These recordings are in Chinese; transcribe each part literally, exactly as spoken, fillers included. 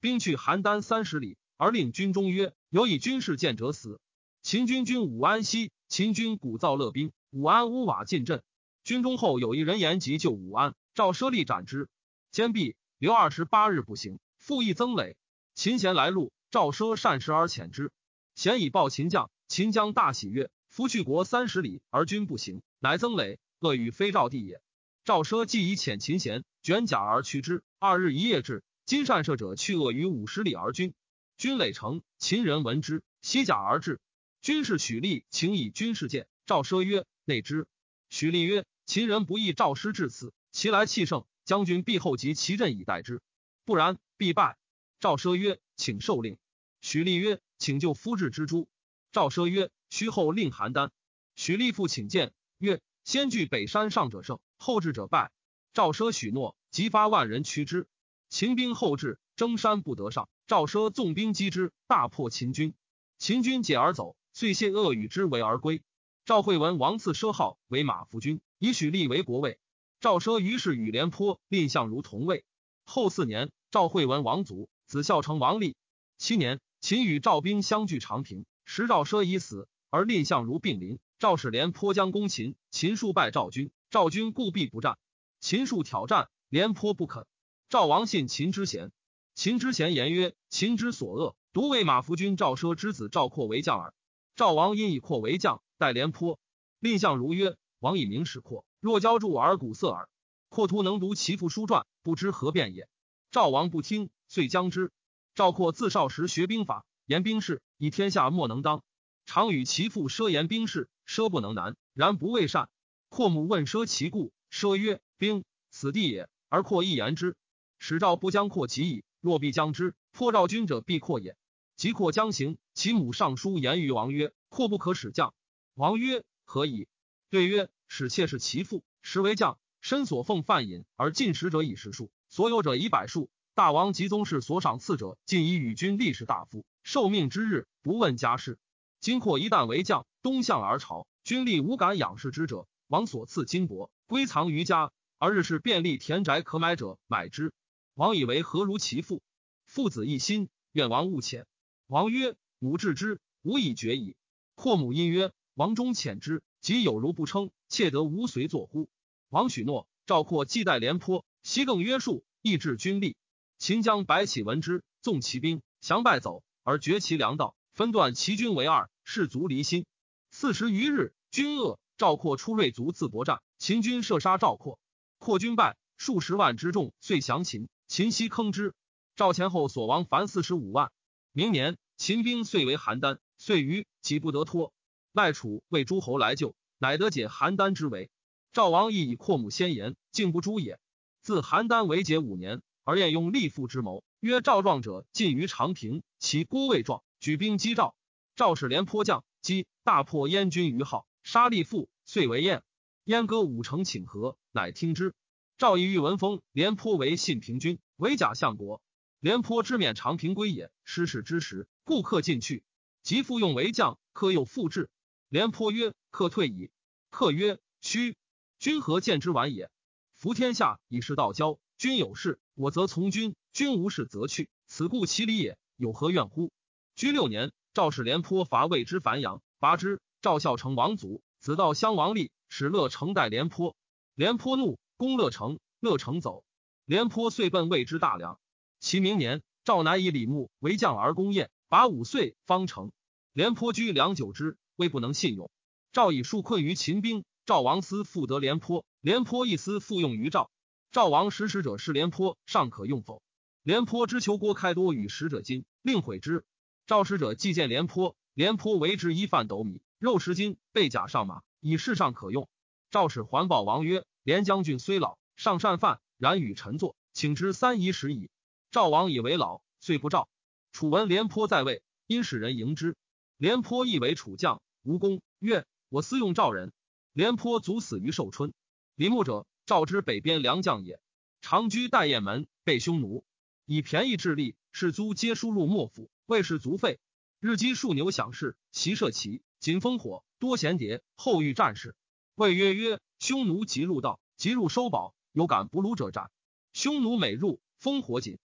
兵去邯郸三十里，而令军中曰：有以军事见者死。秦军军武安西，秦军鼓噪乐兵，武安屋瓦进阵。军中后有一人言急救武安，赵奢力斩之。坚壁，留二十八日不行，复议曾累。秦贤来路，赵奢善食而遣之。贤以报秦将，秦将大喜曰：夫去国三十里而军不行，乃曾累，恶与非赵地也。赵奢既以遣秦贤，卷甲而驱之。二日一夜至，今善射者去恶于五十里而军。军累成，秦人闻之，西甲而至。军士许力请以军事见，赵奢曰：内之。许力曰：秦人不义赵师至此，其来气盛，将军必后及其阵以待之，不然必败。赵奢曰：请受令。许力曰：请就夫至之诛。赵奢曰：须后令邯郸。许力复请见，曰：先据北山上者胜，后至者败。赵奢许诺，即发万人驱之。秦兵后至，征山不得上，赵奢纵兵击之，大破秦军。秦军解而走，遂谢恶与之围而归。赵惠文王赐奢号为马服君，以许力为国尉。赵奢于是与廉颇、蔺相如同位。后四年，赵惠文王卒，子孝成王立。七年，秦与赵兵相据长平，时赵奢已死，而蔺相如病临。赵使廉颇将攻秦，秦数败赵军，赵军故避不战。秦数挑战，廉颇不肯。赵王信秦之贤，秦之贤言曰：秦之所恶，独为马服君赵奢之子赵括为将耳。赵王因以括为将，待廉颇。蔺相如曰：王以明使括，若骄助而鼓瑟耳。括徒能读其父书传，不知何变也。赵王不听，遂将之。赵括自少时学兵法，言兵事，以天下莫能当。常与其父奢言兵事，奢不能难，然不畏善。括母问奢其故，奢曰：兵，此地也。而括亦言之。使赵不将括及矣，若必将之，破赵军者必括也。及括将行，其母上书言于王曰：括不可使将。王曰：何以？对曰：使妾是其父，实为将，身所奉饭饮而进食者以十数，所有者以百数。大王及宗室所赏赐者，尽以与君立士大夫，受命之日，不问家事。今括一旦为将，东向而朝，军力无敢仰视之者，王所赐金帛归藏于家，而日是便利田宅可买者买之。王以为何如其父？父子一心，愿王勿遣。王曰：母治之，无以决矣。括母因曰：王终遣之，即有如不称，妾得无随作乎？王许诺。赵括既待廉颇，袭更约束，抑制军力。秦将白起闻之，纵其兵，降败走，而绝其粮道，分断其军为二，士卒离心。四十余日，军恶，赵括出锐卒自搏战，秦军射杀赵括，括军败，数十万之众，遂降秦。秦西坑之，赵前后所亡凡四十五万。明年，秦兵遂为邯郸，遂于己不得脱。赖楚为诸侯来救，乃得解邯郸之围。赵王亦以括母先言，竟不诛也。自邯郸为解五年，而晏用立父之谋，曰：赵壮者尽于长平，其郭未壮，举兵击赵。赵使廉颇将，击大破燕军于号，杀立父，遂为燕。燕歌五城请和，乃听之。赵以欲闻封廉颇为信平君，为假相国。廉颇知免长平归也，失事之时，故克进去。即复用为将，克又复至。廉颇曰：克退矣。克曰：须。君何见之晚也？夫天下以事道交，君有事，我则从君；君无事则去，此故其理也，有何怨乎？居六年，赵使廉颇伐魏之樊阳，拔之。赵孝成王卒，子道襄王立，使乐成代廉颇。廉颇怒，攻乐成，乐成走。廉颇遂奔魏之大梁。其明年，赵乃以李牧为将而攻燕，拔五岁方成。廉颇居良久之，未不能信用。赵以数困于秦兵，赵王思复得廉颇，廉颇一思复用于赵。赵王识时者是廉颇，尚可用否？廉颇之求郭开多与使者金，令毁之。赵使者既见廉颇，廉颇为之一饭斗米，肉十斤，备甲上马，以事上可用。赵使环保王曰：廉将军虽老，尚善饭，然与臣坐，请之三仪时矣。赵王以为老，遂不召。楚闻廉颇在位，因使人迎之。廉颇亦为楚将，无功，曰：我私用赵人。廉颇卒死于寿春。李牧者，赵之北边良将也，常居代雁门，被匈奴，以便宜智力，士卒皆输入莫府，卫士卒废。日击数牛享事，习射骑，仅烽火，多衔谍，后遇战事。谓曰曰：匈奴即入道，即入收宝，有敢不虏者斩。匈奴每入，烽火紧，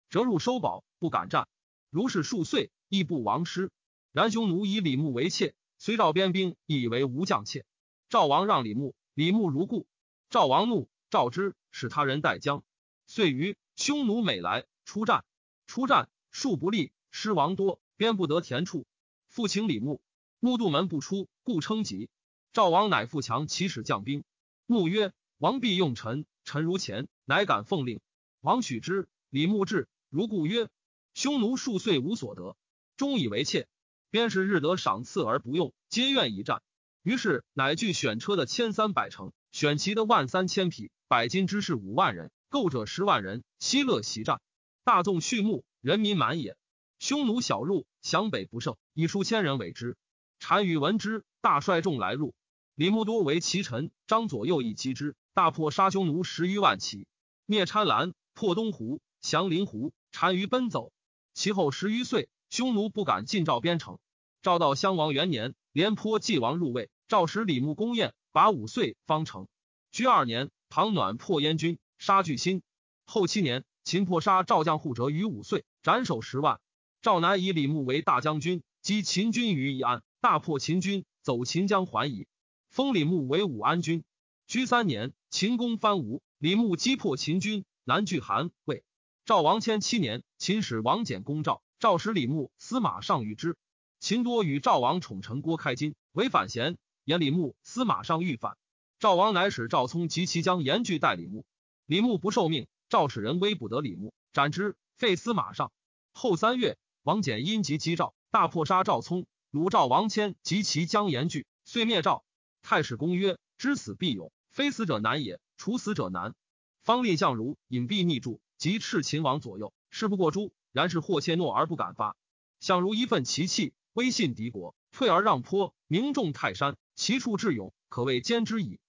折入收宝，不敢战。如是数岁，亦不亡师。然匈奴以李牧为妾，虽赵边兵，亦以为无将妾。赵王让李牧，李牧如故。赵王怒，召之，使他人代将。遂于匈奴每来，出战。出战，数不利，失亡多，边不得田处。复请李牧，牧杜门不出，故称疾。赵王乃复强其使将兵。牧曰：王必用臣，臣如前，乃敢奉令。王许之。李牧至，如故曰：匈奴数岁无所得，终以为妾。边士日得赏赐而不用，皆愿以战。于是乃据选车的千三百乘，选骑的万三千匹，百金之士五万人，购者十万人，希乐习战。大纵畜牧，人民满也。匈奴小入，降北不胜，以数千人委之。单于闻之，大率众来入。李牧多为其臣，张左右翼击之，大破杀匈奴十余万骑，灭参兰，破东湖，降临湖。单于奔走。其后十余岁，匈奴不敢进赵边城。赵悼襄王元年，廉颇继王入魏，赵使李牧攻燕，拔五岁方成。居二年，庞暖破燕军，杀巨辛。后七年，秦破杀赵将护哲于五岁，斩首十万。赵南以李牧为大将军，击秦军于宜安，大破秦军，走秦江还夷。封李牧为武安君。居三年，秦攻番吴，李牧击破秦军，南据韩魏。赵王迁七年，秦使王翦攻赵，赵使李牧司马尚遇之。秦多与赵王宠臣郭开金为反贤，言李牧司马尚遇反。赵王乃使赵聪及其将严拒待李牧。李牧不受命，赵使人威不得李牧，斩之，废司马尚。后三月，王翦因疾击赵，大破杀赵聪，虏赵王迁及其将严拒，遂灭赵。太史公曰：知死必勇，非死者难也，处死者难。方令相如隐蔽逆柱，及斥秦王左右，事不过诛，然是或怯懦而不敢发。相如一愤其气，威信敌国，退而让坡，名重泰山，其处智勇，可谓兼之矣。